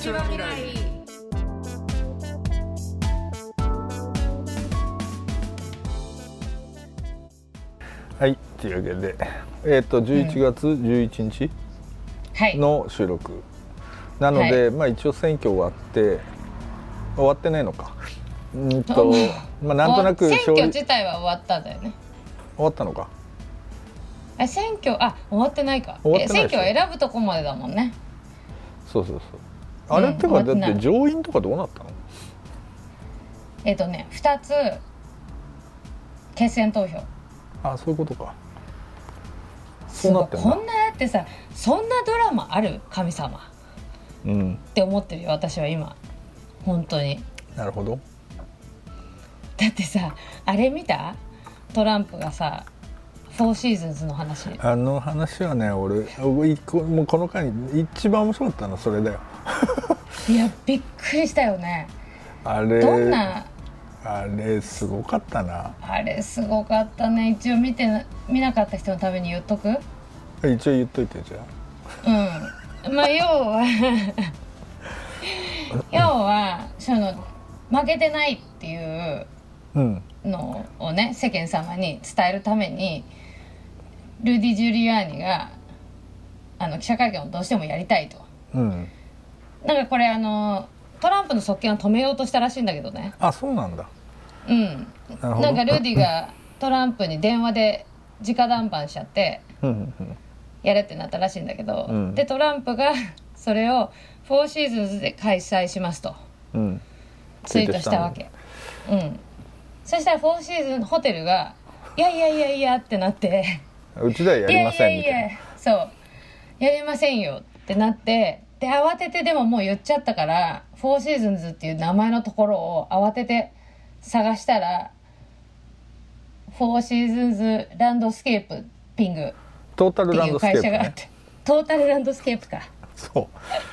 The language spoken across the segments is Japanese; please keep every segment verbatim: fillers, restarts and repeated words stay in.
ちは未来。 はい、というわけで、えー、とじゅういちがつじゅういちにちの収録、うん、なので、はい、まあ、一応選挙終わって終わってないのかうんと、まあ、なんとなく選挙自体は終わったんだよね。 終わったのか。 え選挙あ終わってないか。 終わってないえ選挙は選ぶとこまでだもんね。 そうそうそう。あれってか、うん、だって上院とかどうなったの？ えっとねふたつ決選投票。 あ、そういうことか。そうなってんだ。 こんなだってさ、そんなドラマある？神様、うん、って思ってるよ私は今本当に。 なるほど。 だってさ、あれ見た？トランプがさフォーシーズンズの話。 あの話はね、俺もうこの回に一番面白かったのそれだよ。 いやびっくりしたよね。 あれどんなあれすごかったな。 あれすごかったね。一応見て見なかった人のために言っとく。 一応言っといてじゃあ。うんまあ要は要はその負けてないっていうのをね、世間様に伝えるためにルディ・ジュリアーニがあの記者会見をどうしてもやりたいと、うん、なんかこれあのトランプの側近を止めようとしたらしいんだけどね。 あ、そうなんだ。 うん、な, なんかルディがトランプに電話で直談判しちゃってやれってなったらしいんだけど、うん、でトランプがそれをフォーシーズンズで開催しますと、うん、ツイートしたわけ。うん、そしたらフォーシーズンホテルがいやいやいやいやってなってうちではやりませんみたいな。いやいやいやそうやりませんよってなって、で慌ててでももう言っちゃったからフォーシーズンズっていう名前のところを慌てて探したらフォーシーズンズランドスケープピングトータルランドスケープ、ね、 っていう会社があって、トータルランドスケープか。 そう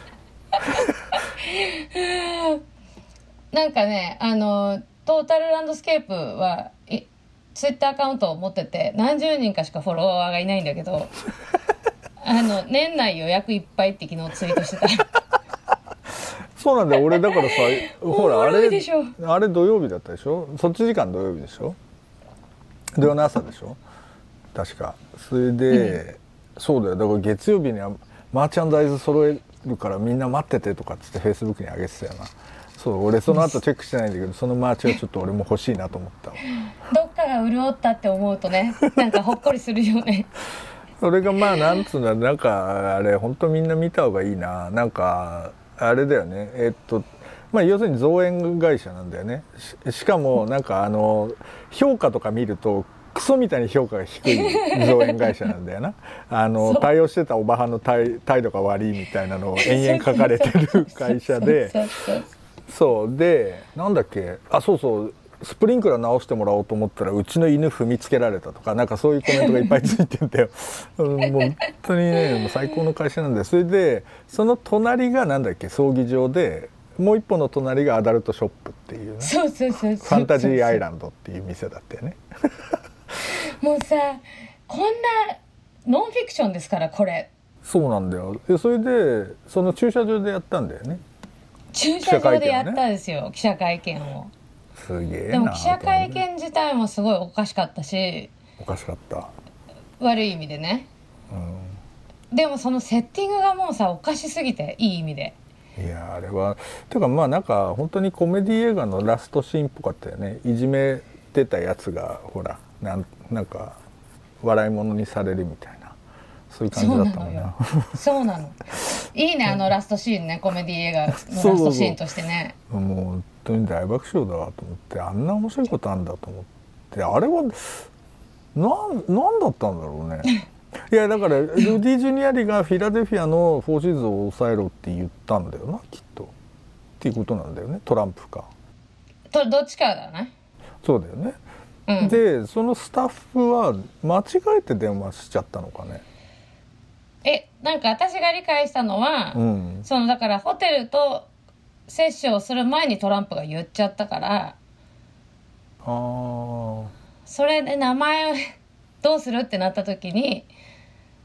なんかね、あのトータルランドスケープはツイッターアカウントを持ってて何十人かしかフォロワーがいないんだけどあの年内予約いっぱいって昨日ツイートしてた。 そうなんだよ。俺だからさほらあれあれ土曜日だったでしょ。そっち時間土曜日でしょ。土曜の朝でしょ確か。それで、うん、そうだよ。だから月曜日にはマーチャンダイズ揃えるからみんな待っててとかっつってフェイスブックに上げてたよな。そう俺その後チェックしてないんだけどそのマーチはちょっと俺も欲しいなと思ったわ。 どっかが潤ったって思うとね、なんかほっこりするよね。 それがまあなんつうんだ、なんかあれ本当みんな見た方がいいな。なんかあれだよね。えっとまあ要するに造園会社なんだよね。 し, しかもなんかあの評価とか見るとクソみたいに評価が低い造園会社なんだよな。あの対応してたおばはんの 態, 態度が悪いみたいなのを延々書かれてる会社でそうでなんだっけあそうそうスプリンクラー直してもらおうと思ったらうちの犬踏みつけられたとかなんかそういうコメントがいっぱいついてんだよ。もう本当にねもう最高の会社なんだよ。それでその隣がなんだっけ葬儀場でもう一歩の隣がアダルトショップっていうね、 そうそうそうそうファンタジーアイランドっていう店だったよね。 もうさこんなノンフィクションですからこれ。 そうなんだよ。でそれでその駐車場でやったんだよね。 駐車場でやったんですよ記者会見を。 すげえな。 でも記者会見自体もすごいおかしかったし。 おかしかった。 悪い意味でね、うん、でもそのセッティングがもうさおかしすぎていい意味で。 いやあれはてかまあなんか本当にコメディ映画のラストシーンっぽかったよね。いじめてたやつがほらなん、なんか笑い物にされるみたいなそういう感じだったもんな。 そうなのいいねあのラストシーンねコメディ映画のラストシーンとしてね。 そうそうそうもう本当に大爆笑だわと思ってあんな面白いことあんだと思ってあれはなんなんだったんだろうね。いやだからルディ・ジュニアリがフィラデルフィアのフォーシーズンを抑えろって言ったんだよなきっとっていうことなんだよね。トランプかとどっちかだね。 そうだよね、うん、でそのスタッフは間違えて電話しちゃったのかね。 えなんか私が理解したのは、うん、そのだからホテルと接種をする前にトランプが言っちゃったからあそれで名前をどうするってなった時に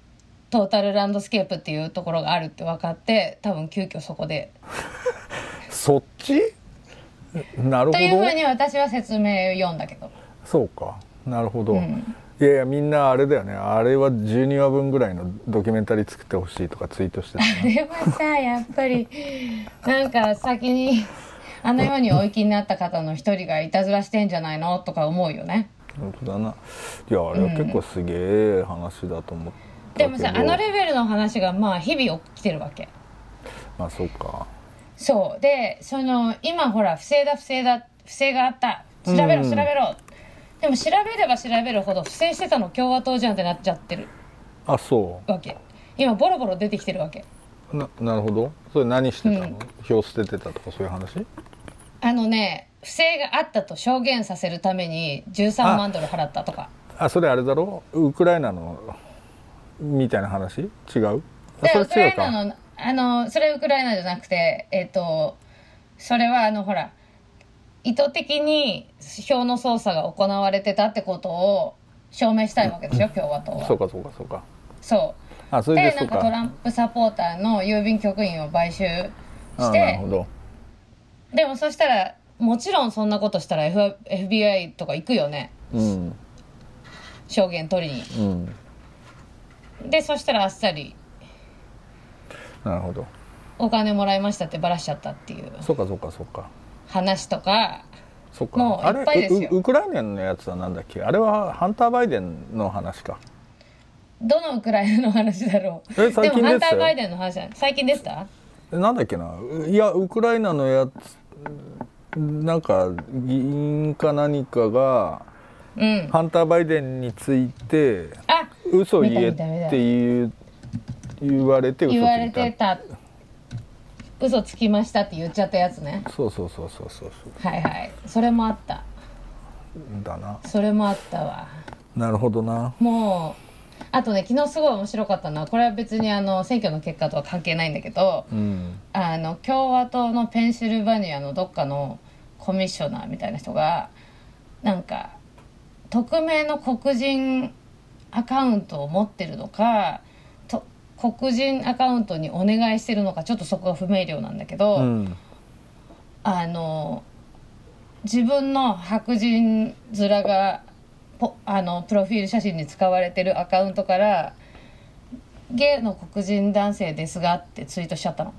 トータルランドスケープっていうところがあるって分かって、多分急遽そこでそっちなるほどというふうに私は説明を読んだけど。 そうか、なるほど、うん、いやいやみんなあれだよね、あれはじゅうにわぶんぐらいのドキュメンタリー作ってほしいとかツイートしてたあれはさやっぱりなんか先にあのようにお行きになった方の一人がいたずらしてんじゃないのとか思うよね。 本当だな。いやあれは結構すげえ話だと思ったけど、 うん、でもさあのレベルの話がまあ日々起きてるわけ。 まあそうか。 そうで、その今ほら不正だ不正だ不正があった調べろ調べろ、うん、でも調べれば調べるほど不正してたの共和党じゃんってなっちゃってる。 あ、そうわけ。今ボロボロ出てきてるわけ。 な, なるほど。それ何してたの、うん、票捨ててたとかそういう話。 あのね、不正があったと証言させるためにじゅうさんまんドル払ったとか。 あ, あそれあれだろ、ウクライナのみたいな話。違う。 それウクライナのあのそれウクライナじゃなくて、えっとそれはあのほら意図的に票の操作が行われてたってことを証明したいわけでしょ、共和党は。 そうかそうかそうか。 そうあ、それででなんかトランプサポーターの郵便局員を買収して、 あ、なるほど。 でもそしたらもちろんそんなことしたら F エフビーアイ とか行くよね、 うん、 証言取りに、うん、でそしたらあっさりなるほどお金もらいましたってバラしちゃったっていうそうかそうかそうか話とか。 そうか、 もういっぱいですよ。 あれ ウ, ウクライナのやつはなんだっけ、あれはハンター・バイデンの話か。 どのウクライナの話だろう。 え、最近でしたよ。 でもハンター・バイデンの話じゃない。最近でした。 なんだっけな、いやウクライナのやつなんか議員か何かが、うん、ハンター・バイデンについて嘘言えっていう言われて嘘ついた言われてた嘘つきましたって言っちゃったやつね。 そうそうそうそうそうはいはい、それもあっただな。 それもあったわ。 なるほどな。 もうあとね、昨日すごい面白かったのは、これは別にあの選挙の結果とは関係ないんだけど、うん、あの共和党のペンシルバニアのどっかのコミッショナーみたいな人がなんか匿名の黒人アカウントを持ってるのかと黒人アカウントにお願いしてるのかちょっとそこが不明瞭なんだけど、うん、あの自分の白人面があのプロフィール写真に使われてるアカウントからゲイの黒人男性ですがってツイートしちゃったの、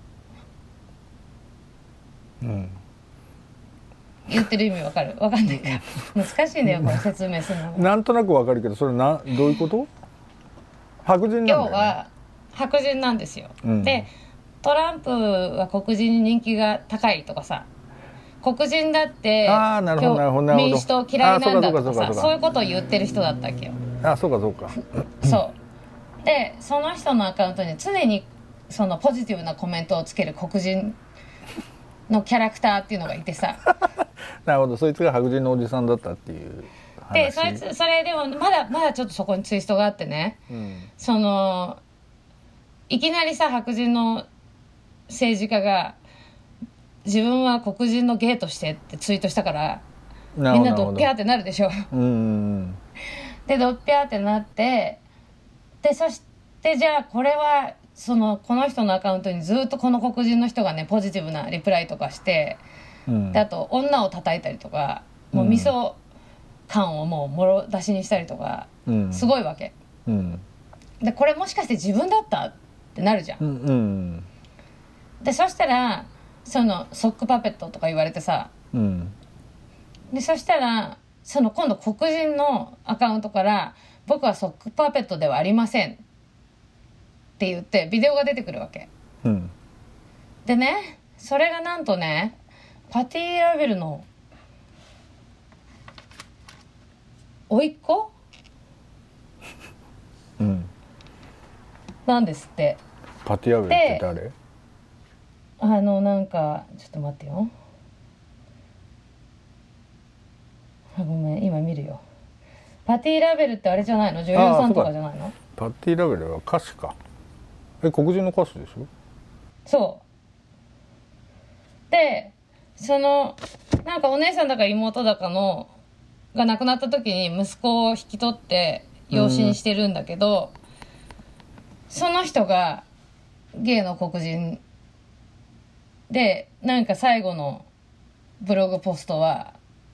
うん、言ってる意味わかる？わかんないか難しいんだよこれ説明するの。 なんとなくわかるけど、それなどういうこと？白人なんだよね。 要は白人なんですよ、うん、でトランプは黒人に人気が高いとかさ、黒人だって民主党嫌いなんだとかさ、そういうことを言ってる人だったわけよ。 あ、そうかそうかそうで、その人のアカウントに常にそのポジティブなコメントをつける黒人のキャラクターっていうのがいてさなるほど、そいつが白人のおじさんだったっていう話で、そいつそれでもまだまだちょっとそこにツイストがあってね、うん、そのいきなりさ白人の政治家が自分は黒人のゲイとしてってツイートしたからみんなドッピャーってなるでしょ。うんでドッピャーってなって、でそしてじゃあこれはそのこの人のアカウントにずっとこの黒人の人がねポジティブなリプライとかして、うん、であと女を叩いたりとか、もう味噌感をもうもろ出しにしたりとか、うん、すごいわけ、うん、でこれもしかして自分だったってなるじゃん、うんうん、でそしたらそのソックパペットとか言われてさ、うん、でそしたらその今度黒人のアカウントから僕はソックパペットではありませんって言ってビデオが出てくるわけ、うん、でねそれがなんとねパティ・ラベルの甥っ子、うん、なんですって。 パティ・ラベルって誰？ あのなんかちょっと待ってよ、あごめん今見るよ。パティ・ラベルってあれじゃないの、女優さんとかじゃないの？ パティ・ラベルは歌手か。え、黒人の歌手でしょ？ そうで、そのなんかお姉さんだか妹だかのが亡くなった時に息子を引き取って養子にしてるんだけど、 その人がゲイの黒人で、なんか最後のブログポストは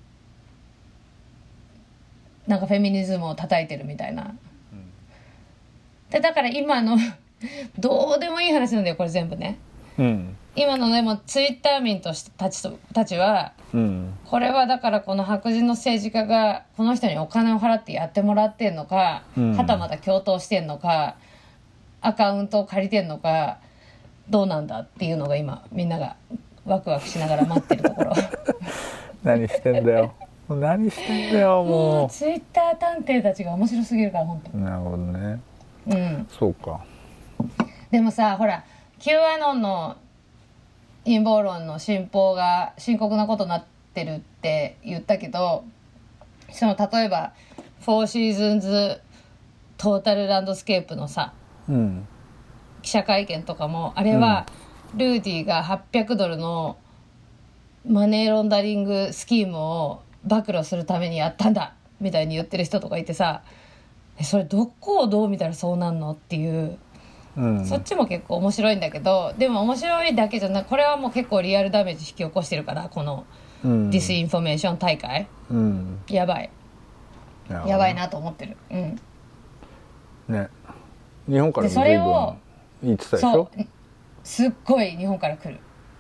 なんかフェミニズムを叩いてるみたいな、うん、でだから今のどうでもいい話なんだよこれ全部ね、うん、今のでもツイッター民としてたちとたちは、うん、これはだからこの白人の政治家がこの人にお金を払ってやってもらってんのか、うん、はたまた共闘してんのかアカウントを借りてんのかどうなんだっていうのが今みんながワクワクしながら待ってるところ何してんだよ何してんだよもう、 もうツイッター探偵たちが面白すぎるから本当。 なるほどね。 うん。 そうか。 でもさほら Q アノンの陰謀論の進歩が深刻なことになってるって言ったけど、その例えばフォーシーズンズトータルランドスケープのさ、うん、記者会見とかもあれは、うん、ルーディがはっぴゃくドルのマネーロンダリングスキームを暴露するためにやったんだみたいに言ってる人とかいてさ、それどこをどう見たらそうなんのっていう、うん、そっちも結構面白いんだけど、でも面白いだけじゃなくこれはもう結構リアルダメージ引き起こしてるからこのディスインフォメーション大会、うん、やばいやばいなと思ってる。うんね、日本からも随分言ってたでしょ。そうすっごい日本から来る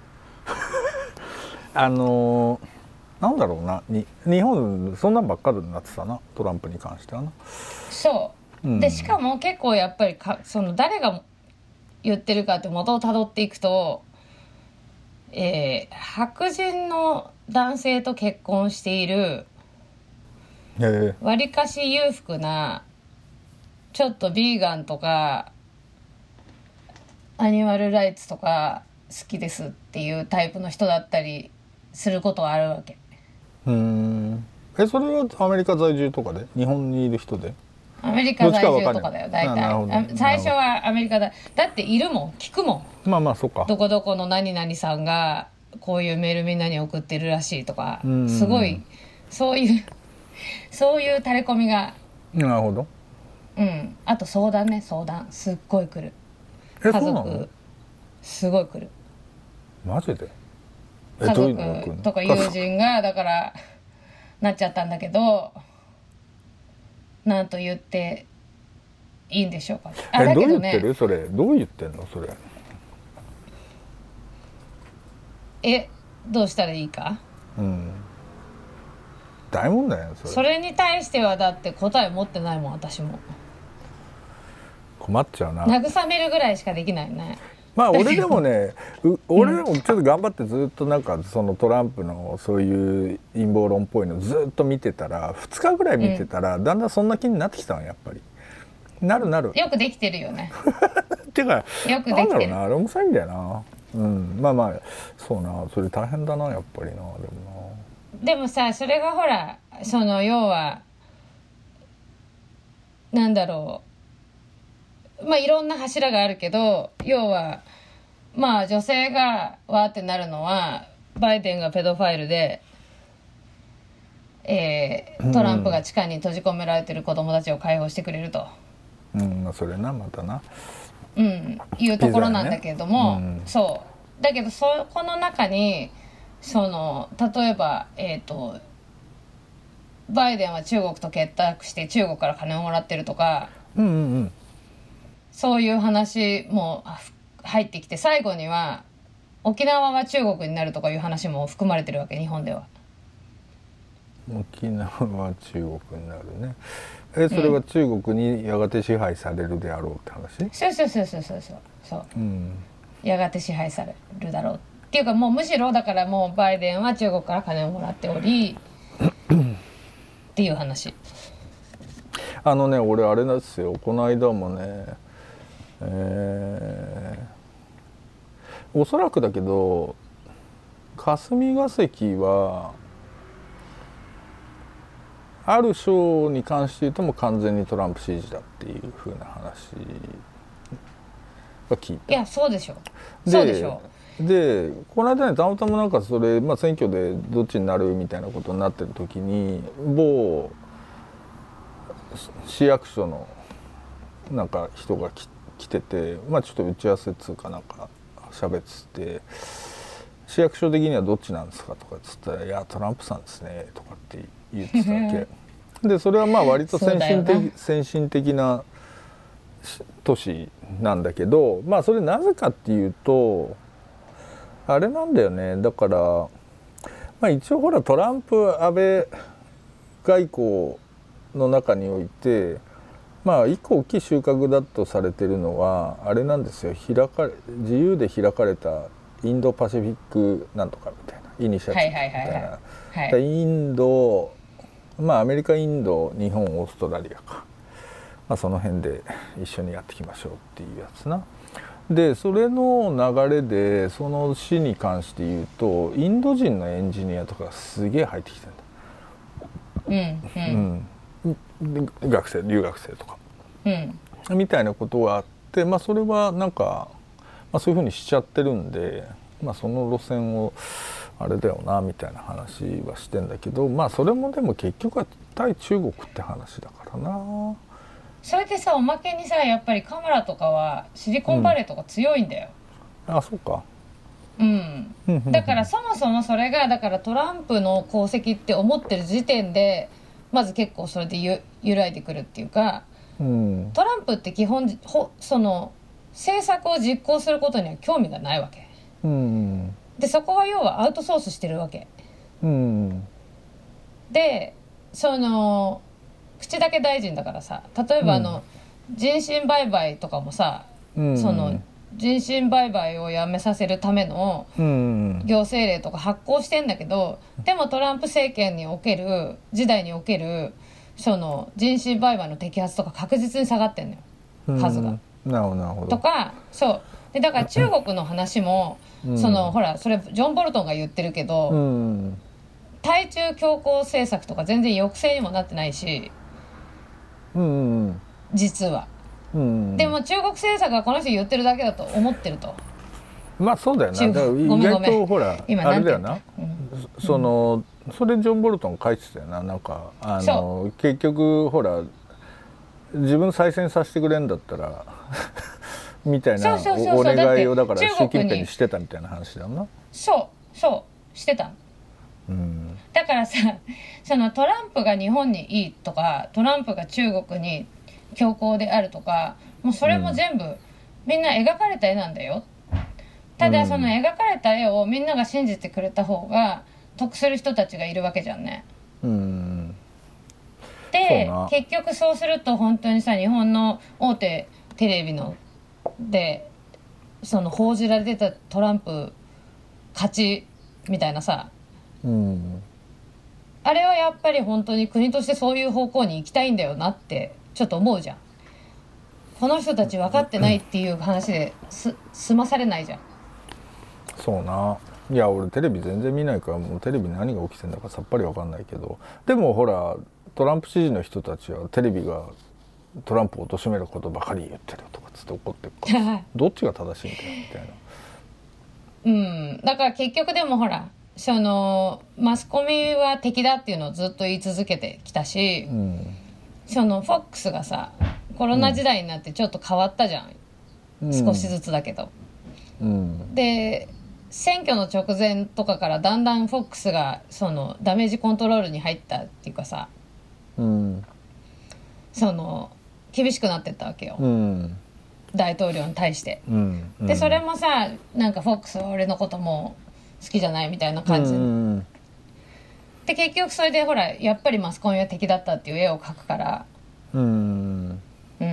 あのーなんだろうなに日本そんなんばっかりになってたなトランプに関してはな。 そう、うん、でしかも結構やっぱりかその誰が言ってるかって元をたどっていくと、えー、白人の男性と結婚しているわりかし裕福なちょっとビーガンとかアニマルライツとか好きですっていうタイプの人だったりすることはあるわけ。 うーんえそれはアメリカ在住とかで日本にいる人でアメリカ在住とかだよ大体。最初はアメリカだだっているもん聞くもん。まあまあそうか。 どこどこの何々さんがこういうメールみんなに送ってるらしいとかすごいそういうそういうタレコミが。 なるほど。 うんあと相談ね相談すっごい来る。 え家族すごい来る。 マジで家族とか友人がだからなっちゃったんだけどなんと言っていいんでしょうか。 あだけど、ね、どう言ってるそれどう言ってんのそれ。 えどうしたらいいか。うん大問題やそれ。 それに対してはだって答え持ってないもん私も。 困っちゃうな。 慰めるぐらいしかできないね。 まあ俺でもね俺でもちょっと頑張ってずっとなんかそのトランプのそういう陰謀論っぽいのずっと見てたらふつかぐらい見てたら、うん、だんだんそんな気になってきたのやっぱり。なるなるよくできてるよねっていうかよくできてるなんだろうなあれ面白いんだよな。うんまあまあそうなそれ大変だなやっぱりな。でもなでもさそれがほらその要はなんだろうまあいろんな柱があるけど要はまあ女性がわーってなるのはバイデンがペドファイルで、えー、トランプが地下に閉じ込められてる子供たちを解放してくれると、 うん、それなまたな、 うん、いうところなんだけれども、ねうん、そうだけどそこの中にその例えばえっとバイデンは中国と結託して中国から金をもらってるとか、うんうんうん、そういう話も入ってきて最後には沖縄は中国になるとかいう話も含まれてるわけ日本では。 沖縄は中国になるね。えそれは中国にやがて支配されるであろうって話、 うん、そうそうそうそうそうそう、うん、やがて支配されるだろうっていうかもうむしろだからもうバイデンは中国から金をもらっておりっていう話。 あのね俺あれなんですよこの間もねえー、おそらくだけど霞が関はある省に関して言うとも完全にトランプ支持だっていう風な話は聞いた。 いやそうでしょそうでしょ。 でこの間ねたまたまなんかそれ、まあ、選挙でどっちになるみたいなことになってる時に某市役所のなんか人が来来てて、まあ、ちょっと打ち合わせっつうかなんか喋ってて、市役所的にはどっちなんですかとかっつったら「いやトランプさんですね」とかって言ってたわけで、それはまあ割と先進的先進的な都市なんだけど、まあそれなぜかっていうとあれなんだよね。だから、まあ、一応ほらトランプ安倍外交の中においてまあ一個大きい収穫だとされてるのはあれなんですよ。開かれ自由で開かれたインドパシフィックなんとかみたいなイニシャチブみたいな、インド、まあアメリカ、インド、日本、オーストラリアか、まあ、その辺で一緒にやっていきましょうっていうやつな。でそれの流れでその市に関して言うとインド人のエンジニアとかすげえ入ってきてるんだ、うんうん、で学生留学生とか、うん、みたいなことがあって、まあ、それはなんか、まあ、そういうふうにしちゃってるんで、まあ、その路線をあれだよなみたいな話はしてんだけど、まあそれもでも結局は対中国って話だからな。 それでさ、おまけにさ、やっぱりカメラとかはシリコンバレーとか強いんだよ、 うん、あ、そうか。 うんだからそもそもそれがだからトランプの功績って思ってる時点でまず結構それでゆ揺らいでくるっていうか、うん、トランプって基本ほその政策を実行することには興味がないわけ、うん、でそこは要はアウトソースしてるわけ、うん、でその口だけ大臣だからさ、例えばあの、うん、人身売買とかもさ、うん、その人身売買をやめさせるための行政令とか発行してんだけど、でもトランプ政権における時代におけるその人身売買の摘発とか確実に下がってんのよ、数が。 なるほどなるほど。 とかそうでだから中国の話も、うん、そのほらそれジョン・ボルトンが言ってるけど、うん、対中強硬政策とか全然抑制にもなってないし、うんうん、実は、うんうん、でも中国政策はこの人言ってるだけだと思ってると。 まあそうだよな。だから意外とほら今あれだよな、うん、そのそれジョン・ボルトン書いてたよな。なんかあの結局ほら自分再選させてくれんだったらみたいなお願いをだから習近平にしてたみたいな話だよな。 そうそうしてた、うん、だからさそのトランプが日本にいいとかトランプが中国に強硬であるとかもうそれも全部、うん、みんな描かれた絵なんだよ。ただその描かれた絵をみんなが信じてくれた方が得する人たちがいるわけじゃんね、うん、で結局そうすると本当にさ日本の大手テレビのでその報じられてたトランプ勝ちみたいなさ、うん、あれはやっぱり本当に国としてそういう方向に行きたいんだよなってちょっと思うじゃん。この人たち分かってないっていう話です済まされないじゃん。 そうな。いや俺テレビ全然見ないからもうテレビ何が起きてんだかさっぱり分かんないけど、でもほらトランプ支持の人たちはテレビがトランプを貶めることばかり言ってるとかつって怒ってるからどっちが正しいんだよみたいな。 うん、だから結局でもほらそのマスコミは敵だっていうのをずっと言い続けてきたし、うん、そのフォックスがさコロナ時代になってちょっと変わったじゃん、うん、少しずつだけど、うん、で選挙の直前とかからだんだんフォックスがそのダメージコントロールに入ったっていうかさ、うん、その厳しくなってったわけよ、うん、大統領に対して、うんうん、でそれもさなんかフォックスは俺のことも好きじゃないみたいな感じ、うん、で結局それでほらやっぱりマスコミは敵だったっていう絵を描くから、うんうん、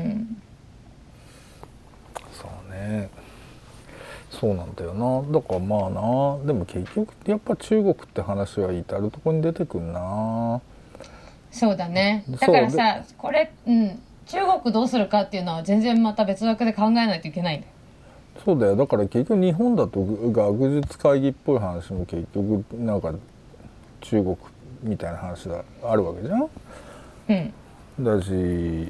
そうねそうなんだよな。だからまあなでも結局やっぱ中国って話は至るとこに出てくんな。 そうだね。だからさこれ、うん、中国どうするかっていうのは全然また別枠で考えないといけないんだよ。 そうだよ。だから結局日本だと学術会議っぽい話も結局なんか中国みたいな話があるわけじゃん、うん、だし、うん、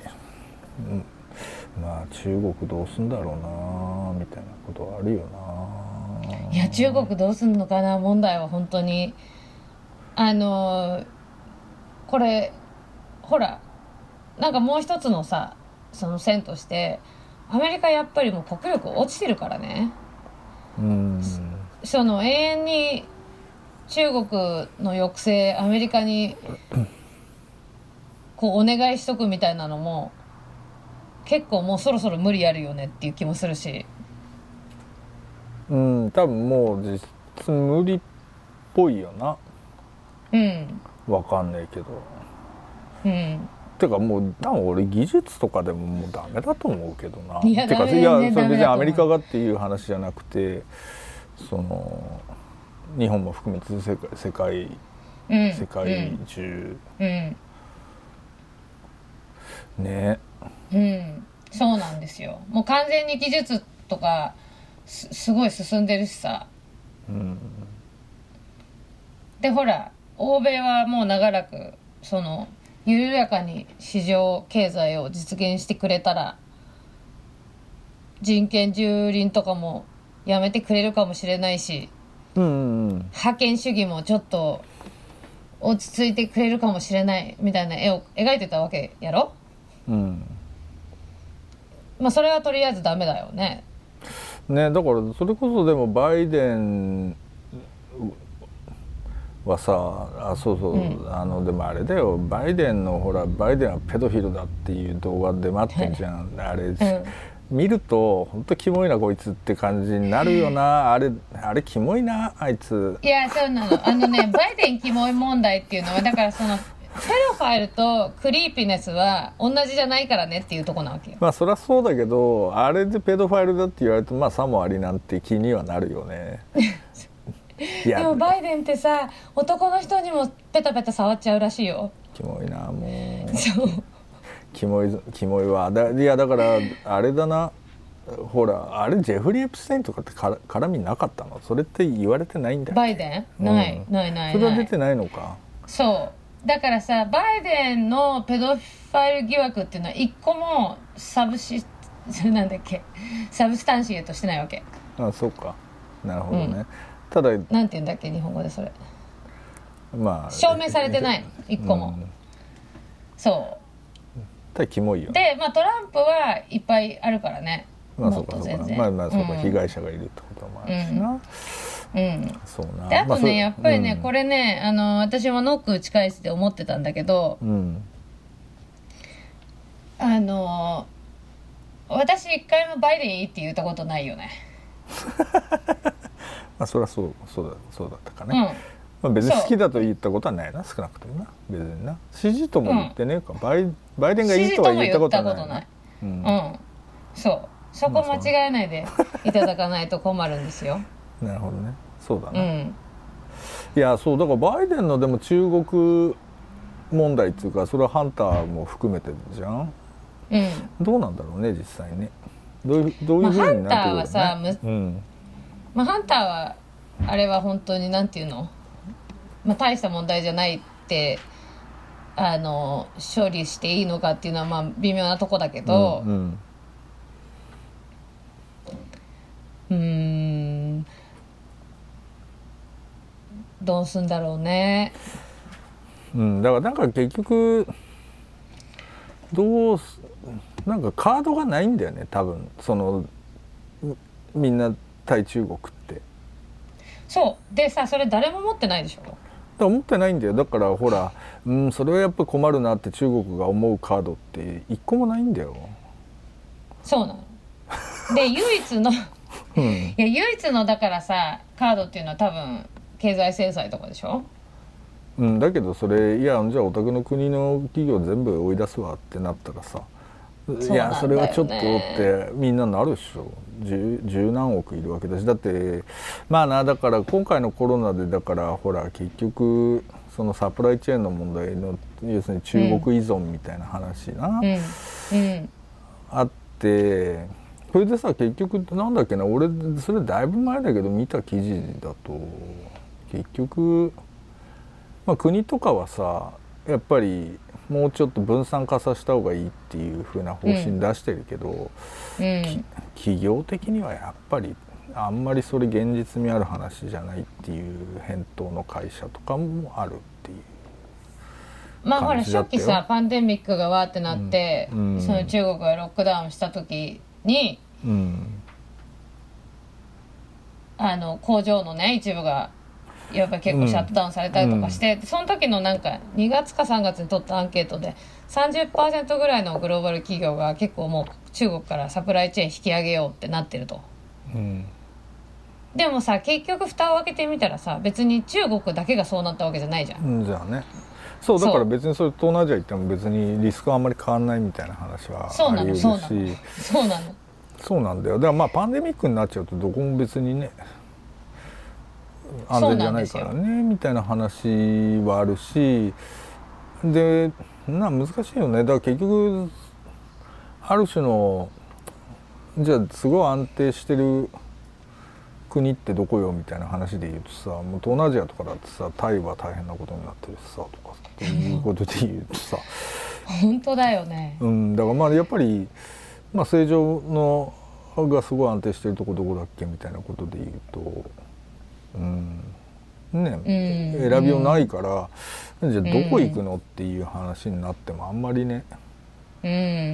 まあ中国どうすんだろうなみたいなことはあるよな。 いや中国どうすんのかな問題は本当にあのこれほらなんかもう一つのさその線としてアメリカやっぱりもう国力落ちてるからね。 うんその永遠に中国の抑制アメリカにこうお願いしとくみたいなのも結構もうそろそろ無理あるよねっていう気もするし、 うん多分もう実質無理っぽいよな。 うんわかんないけど、 うんてかもう多分俺技術とかでももうダメだと思うけどな。 いやてかダメいや全然それ別にアメリカダメだがっていう話じゃなくて、その日本も含めて世界世界、 うん、 世界中、 うん、 ね、 うん、そうなんですよ。もう完全に技術とか す, すごい進んでるしさ、 うん、 でほら欧米はもう長らくその緩やかに市場経済を実現してくれたら人権蹂躙とかもやめてくれるかもしれないし、 うんうんうん、 覇権主義もちょっと落ち着いてくれるかもしれないみたいな絵を描いてたわけやろ。 うん、 まあそれはとりあえずダメだよね。 ね、だからそれこそでもバイデンはさ、あそうそう、うん、あのでもあれだよ、バイデンのほらバイデンはペドフィルだっていう動画で待ってんじゃん、あれ、うん、見ると本当キモいなこいつって感じになるよな。あれあれキモいなあいつ。 いやそうなの。あのねバイデンキモい問題っていうのはだからそのペドファイルとクリーピネスは同じじゃないからねっていうとこなわけよ。 まあそりゃそうだけど、あれでペドファイルだって言われるとまあさもありなんて気にはなるよね。 いやでもバイデンってさ男の人にもペタペタ触っちゃうらしいよ。 キモいなもう。 そうキモいキモいわ。だいやだからあれだな、ほらあれジェフリー・エプステインとかってから絡みなかったの？それって言われてないんだっけ？ バイデン？ない、うん、ないないない。 それは出てないのか。 そうだからさバイデンのペドファイル疑惑っていうのは一個もサブシなんだっけサブスタンシエとしてないわけ。 あそうか、なるほどね、うん、ただなんて言うんだっけ日本語でそれ、 まあ証明されてない一個も、うん、そうただキモいよで、まあ、トランプはいっぱいあるからね。 まあそうかそうか、まあまあそうか、うん、被害者がいるってこともあるしな、うんうん、 そうな。 であとね、まあ、やっぱりね、 うん、 これねあの私もノック打ち返して思ってたんだけど、 うん、 あの私一回もバイデンいいって言ったことないよね。 まあそりゃそうそうだそうだったかね、うん、まあ、別に好きだと言ったことはないな、少なくともな、別にな支持とも言ってねえか、うん、バイ、バイデンがいいとは言ったことはない、支持とも言ったことない、うん、うん、そうそこ間違えないでいただかないと困るんですよ。 なるほどね、そうだね、 うん、 いやそうだからバイデンのでも中国問題っていうかそれはハンターも含めてじゃん、 うん、 どうなんだろうね実際ね、どういうどういうふうになってくるのね、まあ、ハンターはさ、 うん、まあ、ハンターはあれは本当になんていうの、まあ、大した問題じゃないってあの処理していいのかっていうのはまあ微妙なとこだけど、うん、うん、うーんどうすんだろうね。 うん、だからなんか結局どうなんかカードがないんだよね多分、そのみんな対中国って。 そうでさそれ誰も持ってないでしょ。だから持ってないんだよ。だからほら、うん、それはやっぱ困るなって中国が思うカードって一個もないんだよ。 そうなので唯一のうん、 いや唯一のだからさカードっていうのは多分経済制裁とかでしょ。 うん、だけどそれいやじゃあお宅の国の企業全部追い出すわってなったらさ、いやそれはちょっとってみんななるでしょ。十, 十何億いるわけだし、だってまあな、だから今回のコロナでだからほら結局そのサプライチェーンの問題の要するに中国依存みたいな話な、うんうん、あって、それでさ結局なんだっけな、俺それだいぶ前だけど見た記事だと結局、まあ、国とかはさやっぱりもうちょっと分散化させた方がいいっていう風な方針出してるけど、うんうん、企業的にはやっぱりあんまりそれ現実味ある話じゃないっていう返答の会社とかもあるっていう。 まあほら初期さパンデミックがわーってなって、うんうん、その中国がロックダウンした時に、 うん、 あの工場のね一部がやっぱり結構シャットダウンされたりとかして、うん、その時のなんかにがつかさんがつに取ったアンケートで さんじゅっパーセント ぐらいのグローバル企業が結構もう中国からサプライチェーン引き上げようってなってると、 うん、 でもさ結局蓋を開けてみたらさ別に中国だけがそうなったわけじゃないじゃん、 うん、じゃあねそうだから別にそれ東南アジア行っても別にリスクはあんまり変わんないみたいな話はあり得るし、 そうなのそうなのそうなんだよ。だからまあパンデミックになっちゃうとどこも別にね安全じゃないからねみたいな話はあるし、でな難しいよね。だから結局ある種のじゃあすごい安定してる国ってどこよみたいな話で言うとさ、もう東南アジアとかだってさタイは大変なことになってるしさとかっていうことで言うとさ本当だよね、 うん、だからまあやっぱり、まあ、正常のがすごい安定してるとこどこだっけみたいなことで言うと、うんね、うん、選びようないから、うん、じゃあどこ行くのっていう話になってもあんまりね、 うん、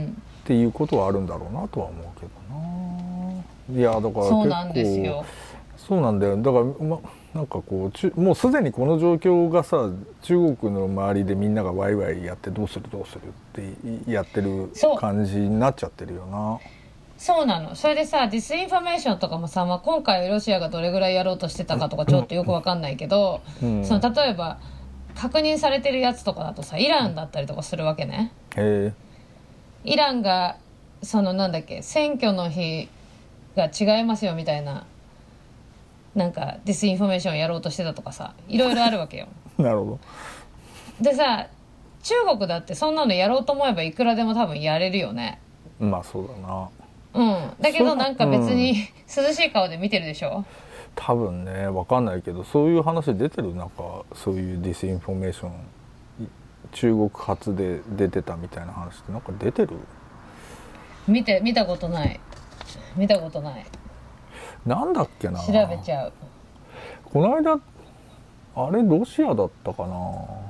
っていうことはあるんだろうなとは思うけどな。いやだから結構そうなんですよ。 そうなんだよ。だから、ま、なんかこうもうすでにこの状況がさ中国の周りでみんながワイワイやってどうするどうするってやってる感じになっちゃってるよな。 そうなの。それでさディスインフォメーションとかもさ、まあ、今回ロシアがどれぐらいやろうとしてたかとかちょっとよく分かんないけど、うん、その例えば確認されてるやつとかだとさイランだったりとかするわけね。 へイランがそのなんだっけ選挙の日が違いますよみたいななんかディスインフォメーションやろうとしてたとかさいろいろあるわけよなるほど。 でさ中国だってそんなのやろうと思えばいくらでも多分やれるよね。 まあそうだな。 うん、だけどなんか別に、うん、涼しい顔で見てるでしょ。 多分ね分かんないけどそういう話出てる。なんかそういうディスインフォメーション中国発で出てたみたいな話ってなんか出てる？ 見て見たことない見たことない。 なんだっけな、 調べちゃう。 この間あれロシアだったかな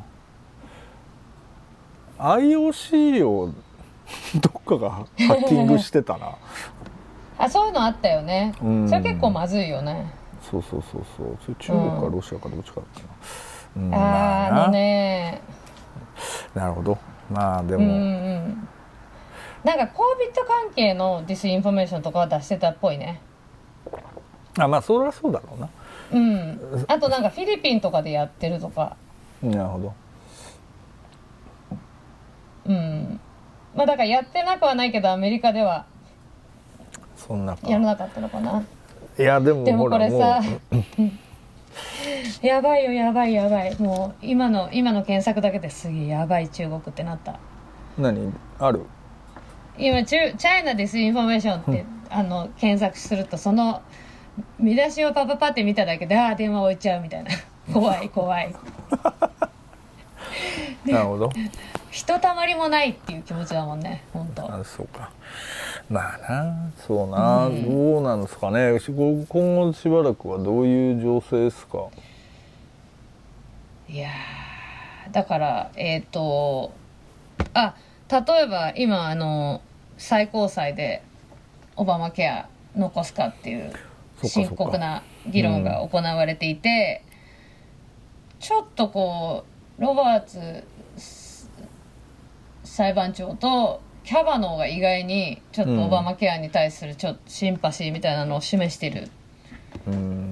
アイオーシー をどっかがハッキングしてたなあそういうのあったよね、うん、それ結構まずいよね。 そうそうそうそうそれ中国かロシアかどっちかだっけな、 うん、あ、まあ、あのねなるほど。まあでも、うんうん、 なんか コービッド 関係のディスインフォメーションとかは出してたっぽいね。 あまあそれはそうだろうな。 うん。あとなんかフィリピンとかでやってるとか。 なるほど。 うん。まあだからやってなくはないけどアメリカではそんなやらなかったのかな。 いやでもでもこれさやばいよやばいやばい。もう今の今の検索だけですげえやばい中国ってなった。 何ある？ 今チャイナディスインフォメーションって、うん、あの検索するとその見出しをパパパって見ただけでああ電話置いちゃうみたいな怖い怖いなるほど。 ひとたまりもないっていう気持ちだもんね本当。 あそうか。まあなそうな、うん、どうなんですかね。今後しばらくはどういう情勢ですか？ いやだからえっ、ー、とあ例えば今あの最高裁でオバマケア残すかっていう深刻な議論が行われていて、うん、ちょっとこうロバーツ裁判長とキャバノーが意外にちょっとオバマケアに対するちょっとシンパシーみたいなのを示してる、うん、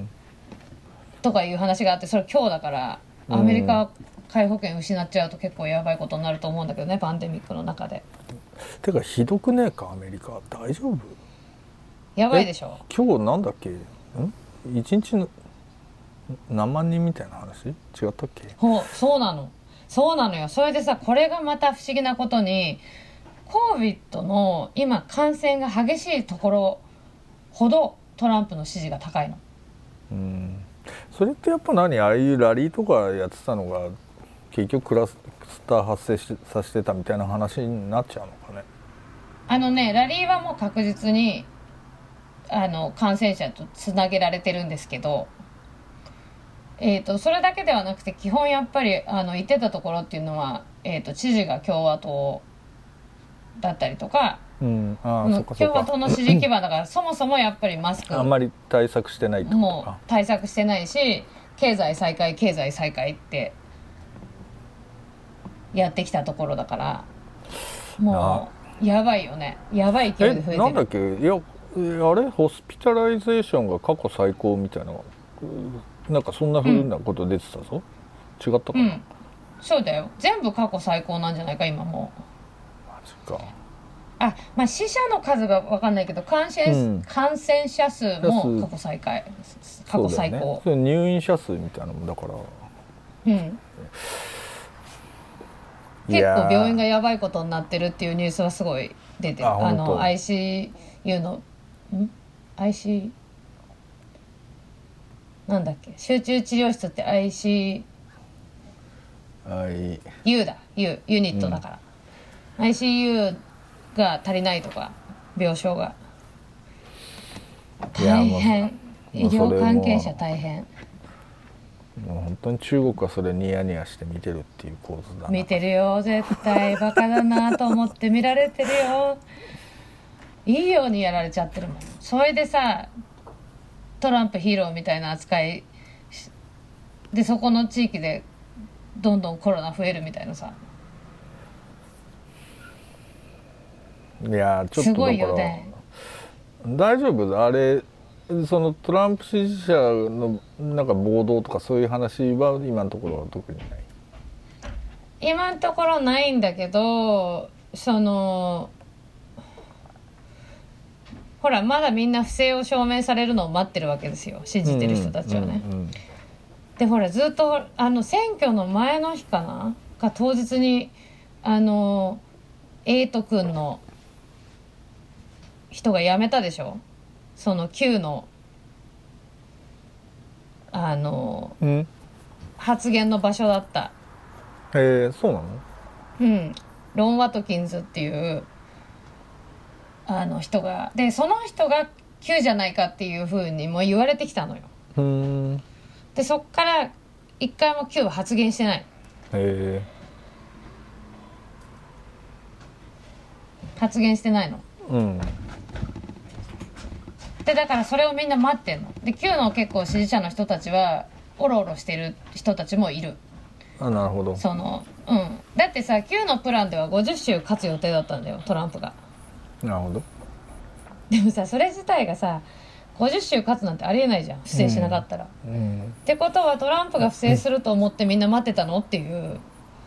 とかいう話があって、それ今日だからアメリカ皆保険失っちゃうと結構やばいことになると思うんだけどね、パンデミックの中で。 てかひどくねえかアメリカ。大丈夫？ やばいでしょ。 今日なんだっけんいちにちの何万人みたいな話違ったっけ？ ほうそうなのそうなのよ。それでさこれがまた不思議なことにコービッドの今感染が激しいところほどトランプの支持が高いの。 うん、それってやっぱ何ああいうラリーとかやってたのが結局クラスター発生しさせてたみたいな話になっちゃうのかね。 あのねラリーはもう確実にあの感染者とつなげられてるんですけど、えーと、それだけではなくて基本やっぱりあの言ってたところっていうのは、えーと、知事が共和党だったりとかうん、あそっかそっか、共和党の支持基盤だからそもそもやっぱりマスクあんまり対策してないってことか。 もう対策してないし、経済再開経済再開ってやってきたところだから、もうやばいよね。やばい勢いで増えてる。 え、なんだっけ、いやあれホスピタライゼーションが過去最高みたいな、なんかそんな風なこと出てたぞ、うん、違ったかな、うん、 そうだよ、全部過去最高なんじゃないか今もう。 マジか。 あ、まあ死者の数が分かんないけど感染、うん、感染者数も過去最下位、過去最高。そうだよね、 それ入院者数みたいなもんだから、 うん、結構病院がやばいことになってるっていうニュースはすごい出てる。あ, あの アイシーユー のん アイシー なんだっけ、集中治療室って アイシーユー だ、ユユニットだから、うん、アイシーユー が足りないとか、病床が大変、医療関係者大変。 もう本当に中国はそれニヤニヤして見てるっていう構図だな。 見てるよ、絶対バカだなと思って見られてるよ。いいようにやられちゃってるもん。それでさ、トランプヒーローみたいな扱いで、そこの地域でどんどんコロナ増えるみたいなさ。 いやちょっとだからすごいよね。 大丈夫あれ、そのトランプ支持者のなんか暴動とかそういう話は今のところは特にない。 今のところないんだけど、そのほらまだみんな不正を証明されるのを待ってるわけですよ、信じてる人たちはね、うんうんうん、でほらずっとあの選挙の前の日かなか当日にあのエイト君の人が辞めたでしょ、その Q のあの、うん、発言の場所だった。 へえ、そうなの？ うん、ロン・ワトキンズっていうあの人が、でその人が Q じゃないかっていう風にも言われてきたのよ。 うーん、 でそっから一回も Q は発言してない。へえ、 発言してないの。うん。でだからそれをみんな待ってんの。で Q の結構支持者の人たちはオロオロしてる人たちもいる。 あ、なるほど。 そのうんだってさ Q のプランではごじゅっ州勝つ予定だったんだよ、トランプが。 なるほど。 でもさそれ自体がさごじゅっ州勝つなんてありえないじゃん、不正しなかったら、うんうん、ってことはトランプが不正すると思ってみんな待ってたのっていう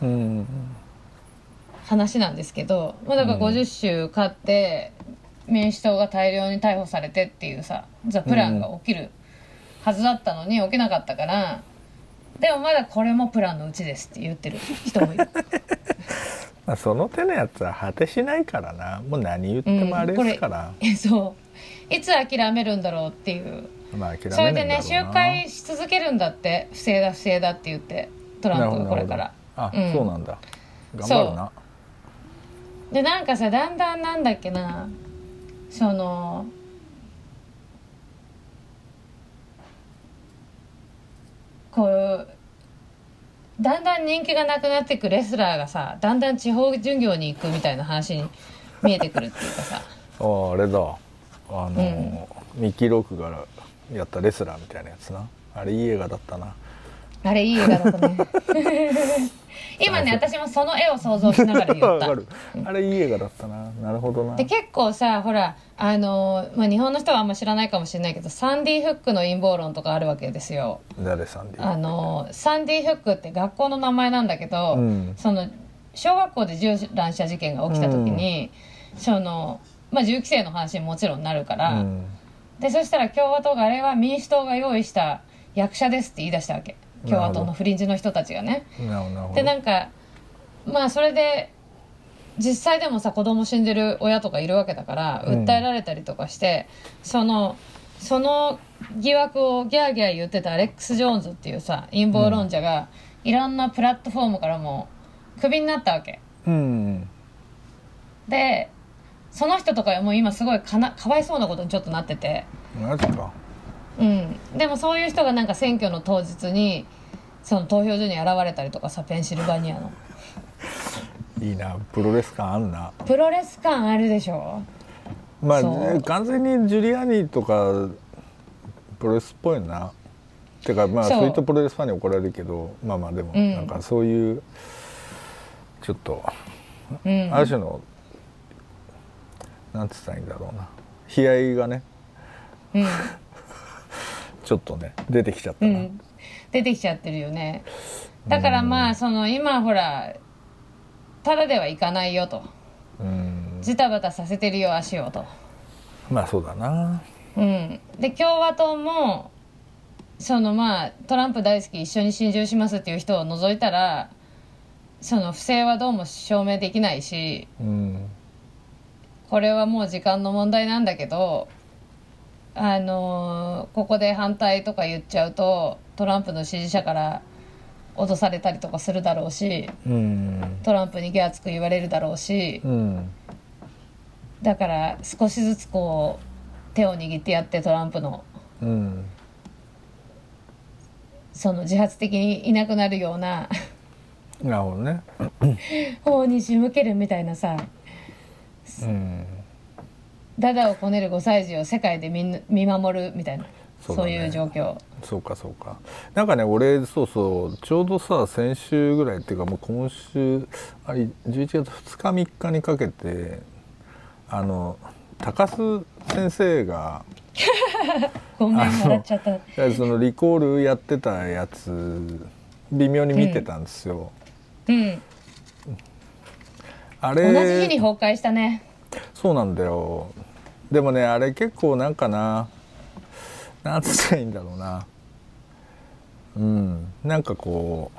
話なんですけど、まあ、だからごじゅっ州勝って民主党が大量に逮捕されてっていうさザ・プランが起きるはずだったのに起きなかったから、でもまだこれもプランのうちですって言ってる人もいる。 まあその手のやつは果てしないからな、もう何言ってもあれですから、 うん、そういつ諦めるんだろうっていう、 まあ、諦めそれでね集会し続けるんだって、不正だ不正だって言ってトランプがこれから。 あ、うん、そうなんだ、頑張るな。 でなんかさだんだんなんだっけな、そのこうだんだん人気がなくなっていくレスラーがさだんだん地方巡業に行くみたいな話に見えてくるっていうかさああ、あれだ、あの、うん、ミッキー・ロークがやったレスラーみたいなやつな。あれいい映画だったな。 あれいい映画だったね。今ね私もその絵を想像しながら言った。 あれいい映画だったな。なるほどな。 で結構さほらあの、まあ、日本の人はあんま知らないかもしれないけどサンディ・フックの陰謀論とかあるわけですよ。 誰サンディ？ あのサンディ・フックって学校の名前なんだけど、うん、その小学校で銃乱射事件が起きた時に、うん、そのまあ、銃規制の話にもちろんなるから、うん、でそしたら共和党があれは民主党が用意した役者ですって言い出したわけ、共和党のフリンジの人たちがね。でなんかまあそれで実際でもさ子供死んでる親とかいるわけだから訴えられたりとかして、うん、そのその疑惑をギャーギャー言ってたアレックス・ジョーンズっていうさ陰謀論者が、うん、いろんなプラットフォームからもクビになったわけ、うん、でその人とかもう今すごいかなかわいそうなことにちょっとなってて。 マジか。 うん、でもそういう人がなんか選挙の当日にその投票所に現れたりとかさ、ペンシルバニアのいいな、プロレス感あんな。 プロレス感あるでしょ。 まあ完全にジュリアーニとかプロレスっぽいな。てかまあそういったプロレスファンに怒られるけど、まあまあでもなんかそういうちょっと、うん、ある種のなんつったらいいんだろうな、悲哀がね、うん、ちょっとね出てきちゃったな、うん、 出てきちゃってるよね。だからまあその今ほらただではいかないよと、うん、ジタバタさせてるよ足をと。 まあそうだな。 うん、で共和党もそのまあトランプ大好き、一緒に心中しますっていう人を除いたらその不正はどうも証明できないし、うん、これはもう時間の問題なんだけど、あのー、ここで反対とか言っちゃうとトランプの支持者から脅されたりとかするだろうし、うん、トランプに手厚く言われるだろうし、うん、だから少しずつこう手を握ってやってトランプの、うん、その自発的にいなくなるようななるほどね方に仕向けるみたいなさ、うん、ダダをこねるごさい児を世界でみんな見守るみたいな、そう、ね、そういう状況。 そうかそうか。なんかね俺そうそうちょうどさ先週ぐらいっていうかもう今週あれじゅういちがつふつかみっかにかけてあの高須先生がごめん笑っちゃった。 そのリコールやってたやつ微妙に見てたんですよ、うん、うん、あれ同じ日に崩壊したね。 そうなんだよ。でもねあれ結構なんかな、なんつったらいいんだろうな、うん、なんかこ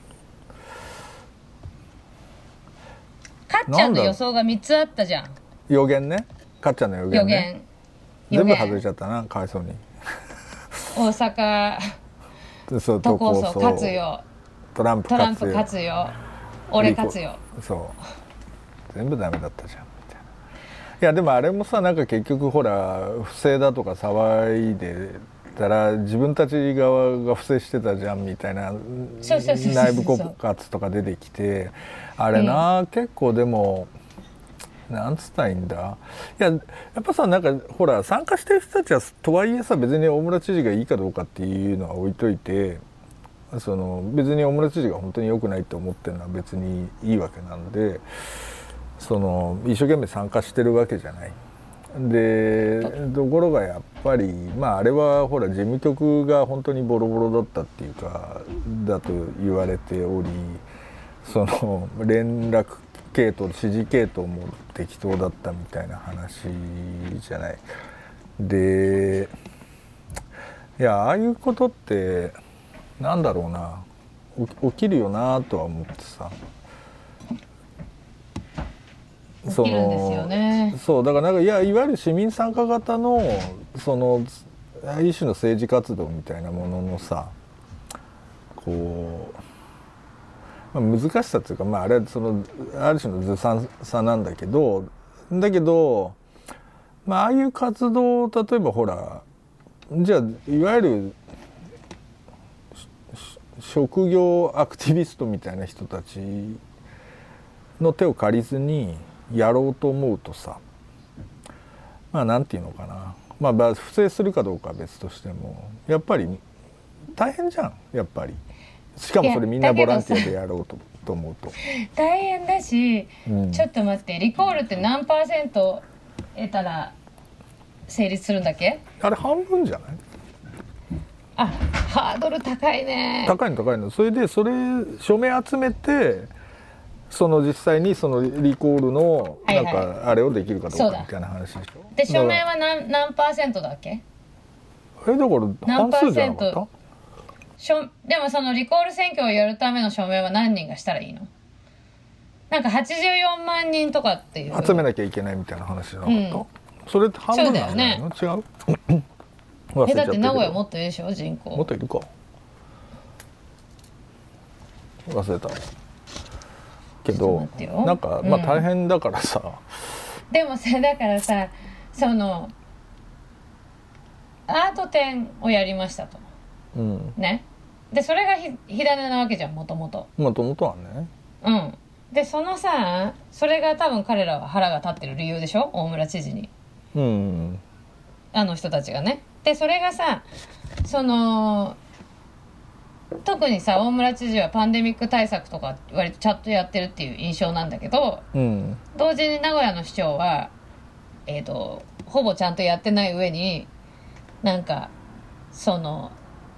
うかっちゃんの予想がみっつあったじゃん。 予言ね、かっちゃんの予言ね、予言全部外れちゃったな、かわいそうに。 大阪そう都構想勝つよ、 トランプ勝つよ、トランプ勝つよ、俺勝つよ、 そう全部ダメだったじゃんみたいな。いやでもあれもさなんか結局ほら不正だとか騒いでたら自分たち側が不正してたじゃんみたいな内部告発とか出てきて、あれな、うん、結構でもなんつったらいいんだ、いややっぱさなんかほら参加してる人たちはとはいえさ別に大村知事がいいかどうかっていうのは置いといて、その別に大村知事が本当に良くないと思ってるのは別にいいわけなんで、その一生懸命参加してるわけじゃない。でところがやっぱりまああれはほら事務局が本当にボロボロだったっていうかだと言われており、その連絡系統指示系統も適当だったみたいな話じゃない。でいやああいうことってなんだろうな、起きるよなとは思ってさ。 起きるんですよね。 そうだからなんかいやいわゆる市民参加型のその一種の政治活動みたいなもののさ、こう、まあ、難しさっていうか、まあ、あれはそのある種のずさんさなんだけどだけど、まあ、ああいう活動を例えばほらじゃあいわゆる職業アクティビストみたいな人たちの手を借りずにやろうと思うとさ、まあなんていうのかな、まあ不正するかどうかは別としてもやっぱり大変じゃんやっぱり。しかもそれみんなボランティアでやろう と, と思うと大変だし、うん、ちょっと待って、リコールって何パーセント得たら成立するんだっけ？ あれ半分じゃない？ あ、ハードル高いね。 高いの高いの。それでそれ署名集めてその実際にそのリコールのなんかあれをできるかどうかみたいな話でしょ。 で署名は 何, 何パーセントだっけ？ えだから半数じゃなかった？ でもそのリコール選挙をやるための署名は何人がしたらいいの？なんかはちじゅうよんまんにんとかっていう集めなきゃいけないみたいな話じゃなかった、うん、それって半分なんじゃないの？ そうだよね。違う？えだって名古屋もっといいでしょ人口。 もっといるか忘れたけどなんかまあ大変だからさ、 うん、でもさだからさそのアート展をやりましたと、うん、ねでそれがひ火種なわけじゃんもともともともとはねうんでそのさそれが多分彼らは腹が立ってる理由でしょ、大村知事に、 うん、 あの人たちがね。でそれがさその特にさ大村知事はパンデミック対策とか割とちゃんとやってるっていう印象なんだけど、 うん、 同時に名古屋の市長はえーとほぼちゃんとやってない上になんかその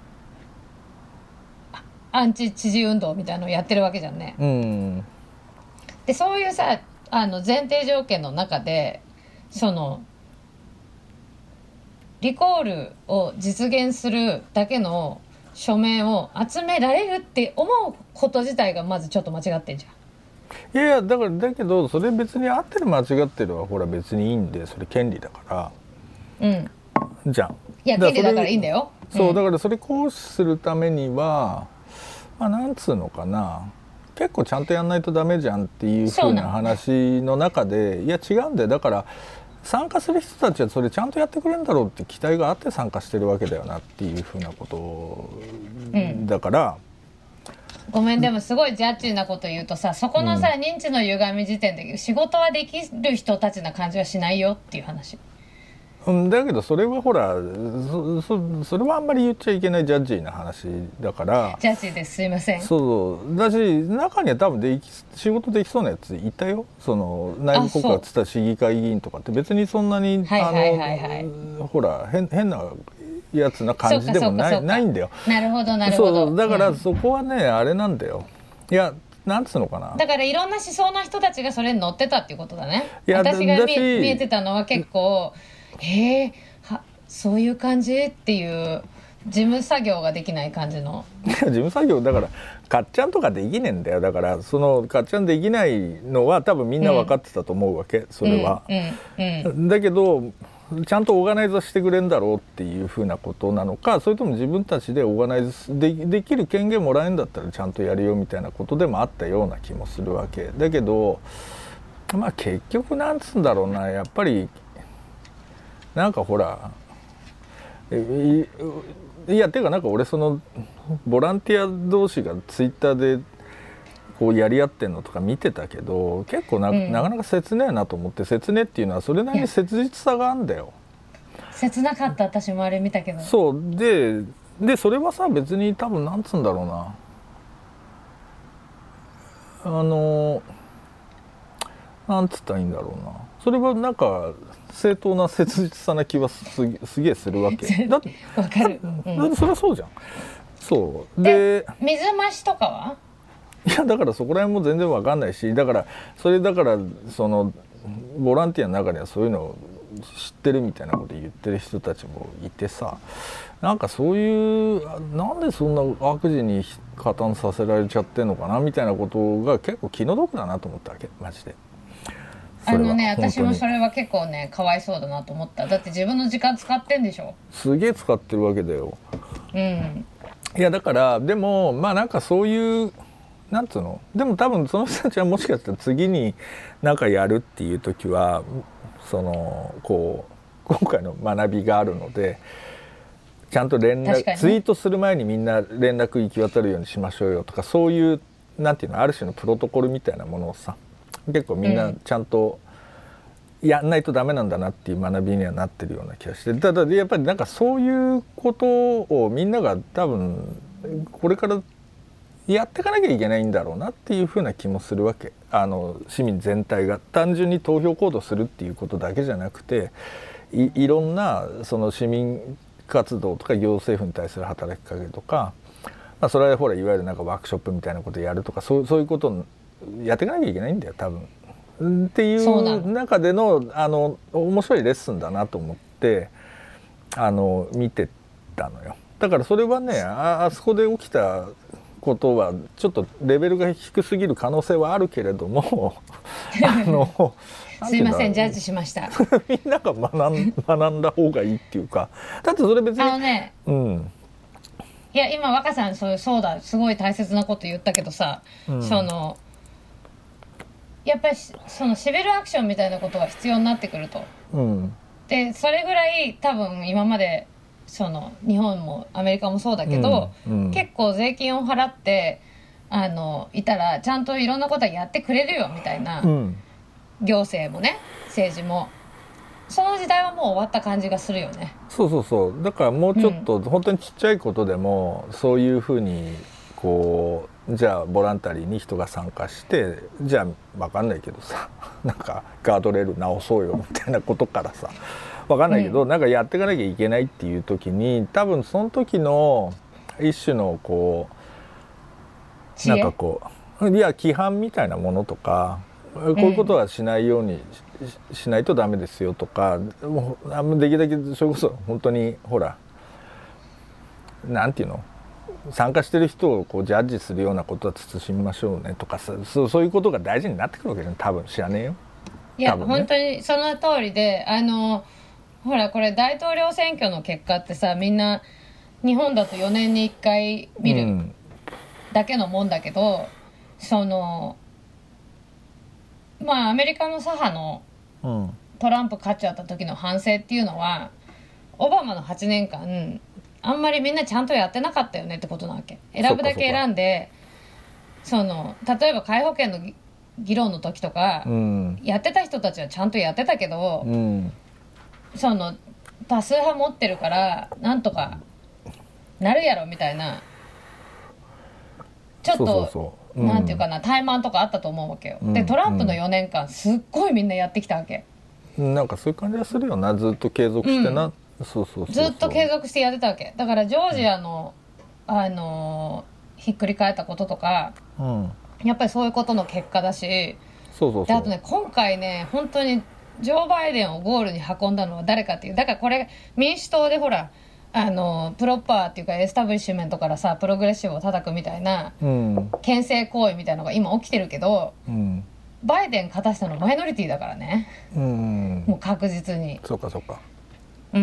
アンチ知事運動みたいなのをやってるわけじゃんね、 うん、 でそういうさあの前提条件の中でそのリコールを実現するだけの署名を集められるって思うこと自体がまずちょっと間違ってんじゃん。 いやいやだからだけどそれ別に合ってる間違ってるはほら別にいいんで、それ権利だから、うん、じゃん。 いや権利だからいいんだよ。 そう、うん、だからそれ行使するためにはまあなんつうのかな、結構ちゃんとやんないとダメじゃんっていう風な話の中で、いや違うんだよ、だから参加する人たちはそれちゃんとやってくれるんだろうって期待があって参加してるわけだよなっていう風なことだから、 うん、ごめんでもすごいジャッジーなこと言うとさ、そこのさ、うん、認知の歪み時点で仕事はできる人たちな感じはしないよっていう話。 うん、だけどそれはほら そ, そ, それはあんまり言っちゃいけないジャッジーな話だから。 ジャッジーです、すいません。 そうだし中には多分でき仕事できそうなやついたよ。その内部告発した市議会議員とかって別にそんなにほら 変, 変なやつな感じでもないないんだよ。 なるほどなるほど。 そうだからそこはね、うん、あれなんだよ。いやなんつうのかな、 だからいろんな思想な人たちがそれに乗ってたっていうことだね。いや私が 見, 見えてたのは結構へえそういう感じっていう事務作業ができない感じの事務作業だからかっちゃんとかできねえんだよ。だからそのかっちゃんできないのは多分みんな分かってたと思うわけ、うん、それは、うんうんうん、だけどちゃんとオーガナイズしてくれるんだろうっていうふうなことなのか、それとも自分たちでオーガナイズ で, できる権限もらえるんだったらちゃんとやるよみたいなことでもあったような気もするわけだけど、まあ結局なんつうんだろうな、やっぱりなんかほらい, いやていうかなんか俺そのボランティア同士がツイッターでこうやり合ってんのとか見てたけど結構 な,、うん、なかなか切ねえなと思って、切ねえっていうのはそれなりに切実さがあるんだよ。 切なかった、私もあれ見たけど。 そうででそれはさ別に多分なんつうんだろうな、あのなんつったらいいんだろうな、それはなんか正当な切実さな気は す, すげえするわけだって。 わかる、 うん、だってそれはそうじゃん。そうで水増しとかは、 いやだからそこら辺も全然わかんないし、だからそれだからそのボランティアの中にはそういうのを知ってるみたいなこと言ってる人たちもいてさ、なんかそういうなんでそんな悪事に加担させられちゃってんのかなみたいなことが結構気の毒だなと思ったわけマジで。 あのね私もそれは結構ねかわいそうだなと思った。だって自分の時間使ってんでしょ。 すげえ使ってるわけだよ。 うん。 いやだからでもまあなんかそういうなんつうの、でも多分その人たちはもしかしたら次になんかやるっていう時はそのこう今回の学びがあるのでちゃんと連絡ツイートする前にみんな連絡行き渡るようにしましょうよとか、そういうなんていうのある種のプロトコルみたいなものをさ結構みんなちゃんとやんないとダメなんだなっていう学びにはなってるような気がして、ただやっぱりなんかそういうことをみんなが多分これからやっていかなきゃいけないんだろうなっていうふうな気もするわけ。あの市民全体が単純に投票行動するっていうことだけじゃなくて い, いろんなその市民活動とか行政府に対する働きかけとか、まあ、それはほらいわゆるなんかワークショップみたいなことやるとかそう、そういうことをやっていかなきゃいけないんだよ多分っていう中で の, あの面白いレッスンだなと思ってあの見てたのよ。だからそれはね あ, あそこで起きたことはちょっとレベルが低すぎる可能性はあるけれどもあのすいませんジャッジしましたみんなが学 ん, 学んだ方がいいっていうか、だってそれ別にあのね、 うん、 いや今若さんそうそうだすごい大切なこと言ったけどさ、うん、そのやっぱりそのシビルアクションみたいなことが必要になってくると、うん、でそれぐらい多分今までその日本もアメリカもそうだけど、うんうん、結構税金を払ってあのいたらちゃんといろんなことはやってくれるよみたいな、うん、行政もね政治もその時代はもう終わった感じがするよね。 そうそうそう。だからもうちょっと、うん、本当にちっちゃいことでもそういうふうにこうじゃあボランタリーに人が参加してじゃあ分かんないけどさなんかガードレール直そうよみたいなことからさ分かんないけど、うん、なんかやっていかなきゃいけないっていう時に多分その時の一種のこうなんかこういや規範みたいなものとかこういうことはしないように し, しないとダメですよとかもうできるだけそれこそ本当にほらなんていうの参加してる人をこうジャッジするようなことは慎みましょうねとかさ そ, そういうことが大事になってくるわけじゃん多分知らねえよ。 いや、ね、本当にその通りであのほらこれ大統領選挙の結果ってさみんな日本だとよねんにいっかい見るだけのもんだけど、うん、そのまあアメリカの左派のトランプ勝っちゃった時の反省っていうのはオバマのはちねんかんあんまりみんなちゃんとやってなかったよねってことなわけ。選ぶだけ選んで そ, の例えば皆保険の議論の時とか、うん、やってた人たちはちゃんとやってたけど、うん、その多数派持ってるからなんとかなるやろみたいなちょっとそうそうそう、うん、なんていうかな怠慢とかあったと思うわけよ、うん、でトランプのよねんかんすっごいみんなやってきたわけ、 うん、なんかそういう感じがするよなずっと継続してな、うんそうそうそうそうずっと継続してやってたわけだからジョージアの、うん、あのひっくり返ったこととか、うん、やっぱりそういうことの結果だしそうそうそうであとね今回ね本当にジョー・バイデンをゴールに運んだのは誰かっていうだからこれ民主党でほらあのプロッパーっていうかエスタブリッシュメントからさプログレッシブを叩くみたいな、うん、牽制行為みたいなのが今起きてるけど、うん、バイデン勝たしたのマイノリティだからね、うん、もう確実にそうかそうかうん、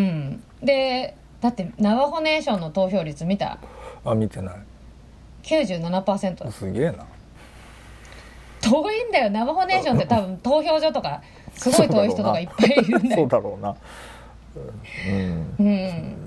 でだってナワホネーションの投票率見た？ あ見てない。 きゅうじゅうななパーセントすげえな。 遠いんだよナワホネーションって多分投票所とかすごい遠い人とかいっぱいいるんだよ。 そうだろうな。うん、うん、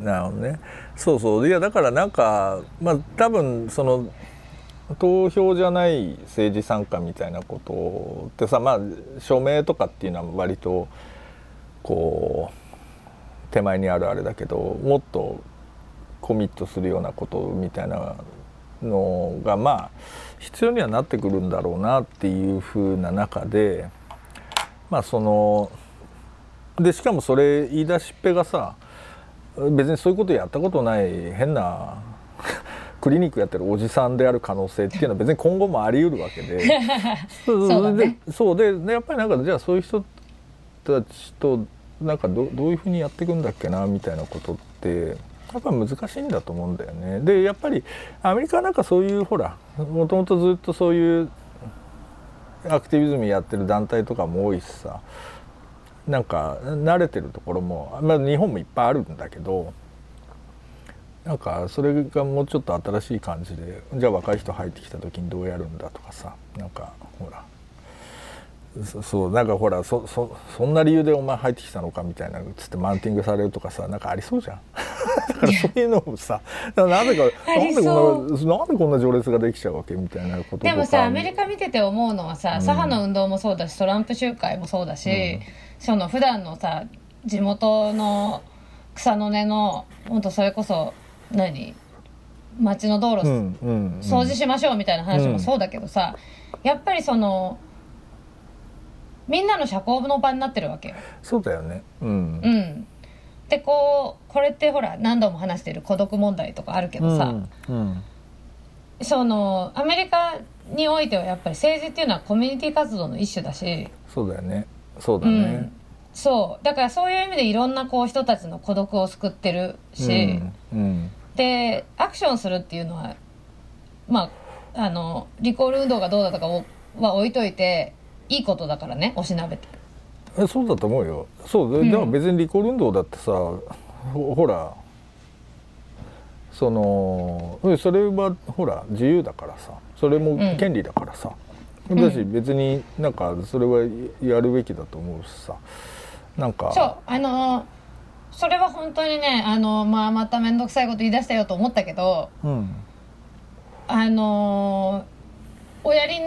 なるほどね。そうそういやだからなんかまあ多分その投票じゃない政治参加みたいなことってさまあ署名とかっていうのは割とこう手前にあるあれだけどもっとコミットするようなことみたいなのがまあ必要にはなってくるんだろうなっていう風な中でまあそのでしかもそれ言い出しっぺがさ別にそういうことやったことない変なクリニックやってるおじさんである可能性っていうのは別に今後もあり得るわけでそうだね。 でそうでやっぱりなんかじゃあそういう人たちとなんか ど, どういうふうにやっていくんだっけなみたいなことってやっぱ難しいんだと思うんだよね。でやっぱりアメリカはなんかそういうほらもともとずっとそういうアクティビズムやってる団体とかも多いしさなんか慣れてるところも、まあ、日本もいっぱいあるんだけどなんかそれがもうちょっと新しい感じでじゃあ若い人入ってきた時にどうやるんだとかさなんかほらそ, そうなんかほら そ, そ, そんな理由でお前入ってきたのかみたいなつってマウンティングされるとかさなんかありそうじゃんだからそういうのもさなんでかなんでこんななんでこんな序列ができちゃうわけみたいなこととかでもさアメリカ見てて思うのはさ、うん、左派の運動もそうだしトランプ集会もそうだし、うん、その普段のさ地元の草の根のほんとそれこそ何街の道路、うんうんうん、掃除しましょうみたいな話もそうだけどさ、うん、やっぱりそのみんなの社交の場になってるわけよ。 そうだよね。うん。うん。でこうこれってほら何度も話してる孤独問題とかあるけどさ、うんうん、そのアメリカにおいてはやっぱり政治っていうのはコミュニティ活動の一種だし。 そうだよね。そうだね。うん、 そうだからそういう意味でいろんなこう人たちの孤独を救ってるし、うんうん、でアクションするっていうのはまああのリコール運動がどうだとかは置いといて。いいことだからねおしなべてえそうだと思うよ。そうで、うん、だから別にリコール運動だってさ ほ, ほらそのそれはほら自由だからさそれも権利だからさ、うん、だし別になんかそれはやるべきだと思うしさなんかそうあのそれは本当にねあの、まあ、また面倒くさいこと言い出したよと思ったけど、うん、あの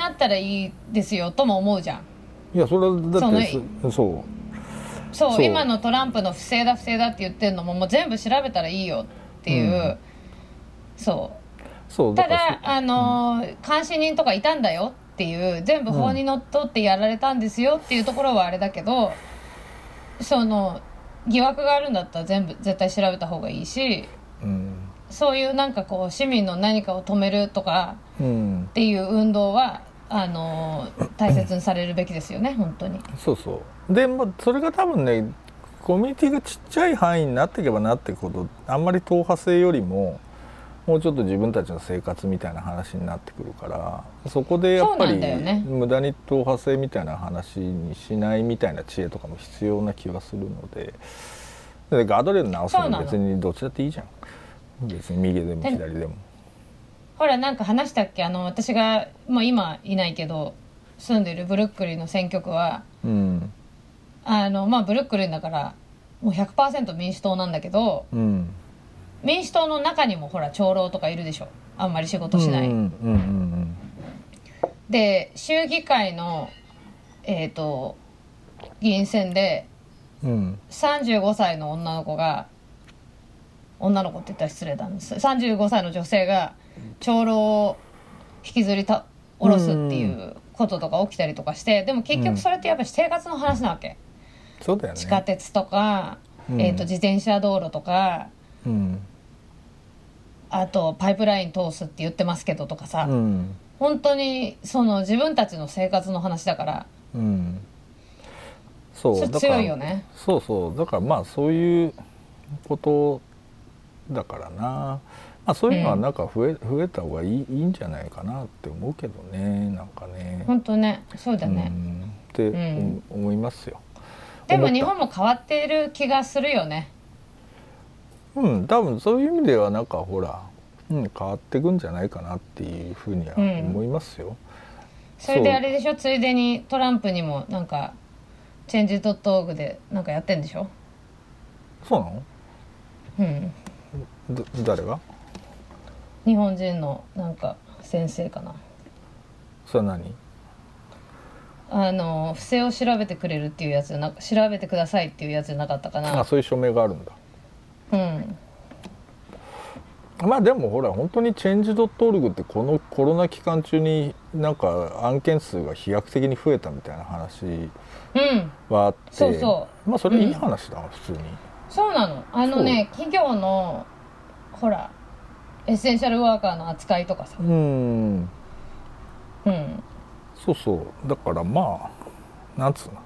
なったらいいですよとも思うじゃん。 いやそれはだってそそうそうそう今のトランプの不正だ不正だって言ってるのももう全部調べたらいいよっていう、うん、そうそうただあの、うん、監視人とかいたんだよっていう全部法にのっとってやられたんですよっていうところはあれだけど、うん、その疑惑があるんだったら全部絶対調べた方がいいし、うん、そういうなんかこう市民の何かを止めるとかっていう運動はあの大切にされるべきですよね本当に。 そうそうで、まあ、それが多分ねコミュニティがちっちゃい範囲になっていけばなっていくほどあんまり党派性よりももうちょっと自分たちの生活みたいな話になってくるからそこでやっぱり、ね、無駄に党派性みたいな話にしないみたいな知恵とかも必要な気がするので、でガードレール直すのは別にどっちだっていいじゃん。別に右でも左でも。 ほらなんか話したっけあの私が、まあ、今いないけど住んでるブルックリンの選挙区は、うんあのまあ、ブルックリンだからもう ひゃくパーセント 民主党なんだけど、うん、民主党の中にもほら長老とかいるでしょあんまり仕事しない、うんうんうんうん、で州議会の、えーと、議員選で、うん、さんじゅうごさいの女の子が女の子って言ったら失礼なんですさんじゅうごさいの女性が長老を引きずりた下ろすっていうこととか起きたりとかしてでも結局それってやっぱり生活の話なわけ、 うん、そうだよね、 地下鉄とか、うんえー、と自転車道路とか、うん、あとパイプライン通すって言ってますけどとかさ、うん、本当にその自分たちの生活の話だから、うん、 そうそれ強いよね。 そうそうだからまあそういうことだからな、まあ、そういうのはなんか増え、うん、増えた方がいい、いいんじゃないかなって思うけどねなんかね本当ねそうだね、うん、 って、うん、思いますよ。 でも日本も変わっている気がするよね。 うん多分そういう意味ではなんかほら、うん、変わっていくんじゃないかなっていうふうには思いますよ、うん、 それであれでしょついでにトランプにもなんかチェンジドットオーグでなんかやってんでしょ。 そうなの？ うん誰が？ 日本人のなんか先生かな。 それは何？ あの不正を調べてくれるっていうやつじゃな調べてくださいっていうやつじゃなかったかな。 あそういう署名があるんだ。 うんまあでもほら本当にチェンジドットオルグってこのコロナ期間中になんか案件数が飛躍的に増えたみたいな話はあって、うん、そうそうまあそれいい話だ、うん、普通に。 そうなのあのね企業のほらエッセンシャルワーカーの扱いとかさうんうんそうそうだからまあなんつうの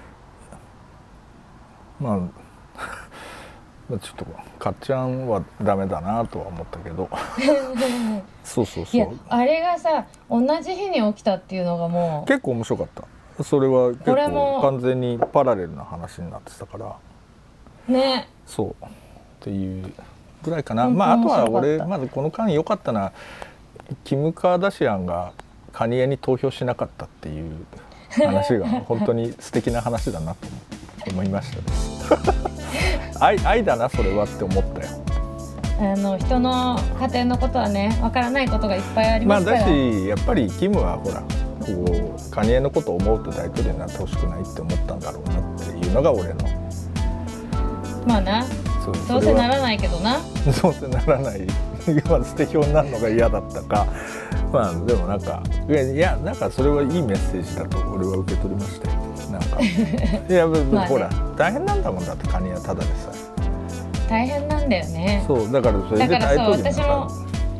まあちょっとかっちゃんはダメだなとは思ったけどそうそうそういやあれがさ同じ日に起きたっていうのがもう結構面白かった。それは結構完全にパラレルな話になってたからねそうっていうぐらいかな。まああとは俺まずこの間良かったのはキム・カーダシアンがカニエに投票しなかったっていう話が本当に素敵な話だなと思いましたね愛, 愛だなそれはって思ったよ。 あの人の家庭のことはねわからないことがいっぱいありますから、 まあ、だしやっぱりキムはほらこうカニエのことを思うと大統領になってほしくないって思ったんだろうなっていうのが俺のまあなどうせならないけどなどうせならないまあ捨て票になるのが嫌だったかまあでもなんかいや、いやなんかそれはいいメッセージだと俺は受け取りましたよ。なんかいや、まあね、ほら大変なんだもんだってカニはただでさ大変なんだよね。 そうだからそれで大統領になったら、ね、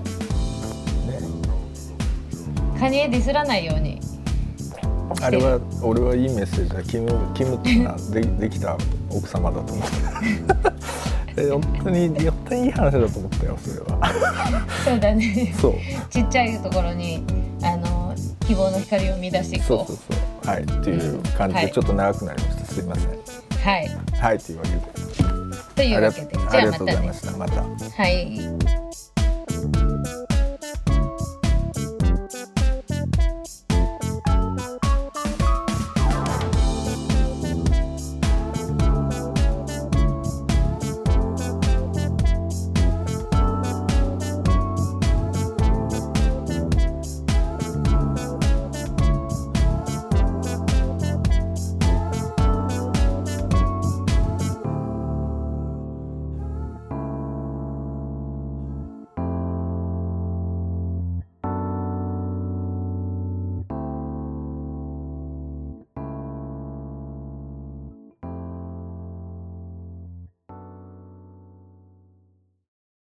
カニエディスらないようにあれは俺はいいメッセージだ。キムキムってなで, できた奥様だと思って本当に本当にいい話だと思ったよそれはそうだねそうちっちゃいところにあの希望の光を見出していこう。 そうそうそうはいっていう感じでちょっと長くなりました、はい、すいません。 はいはいというわけでというわけでじゃあまたね。ありがとうございました。またはい。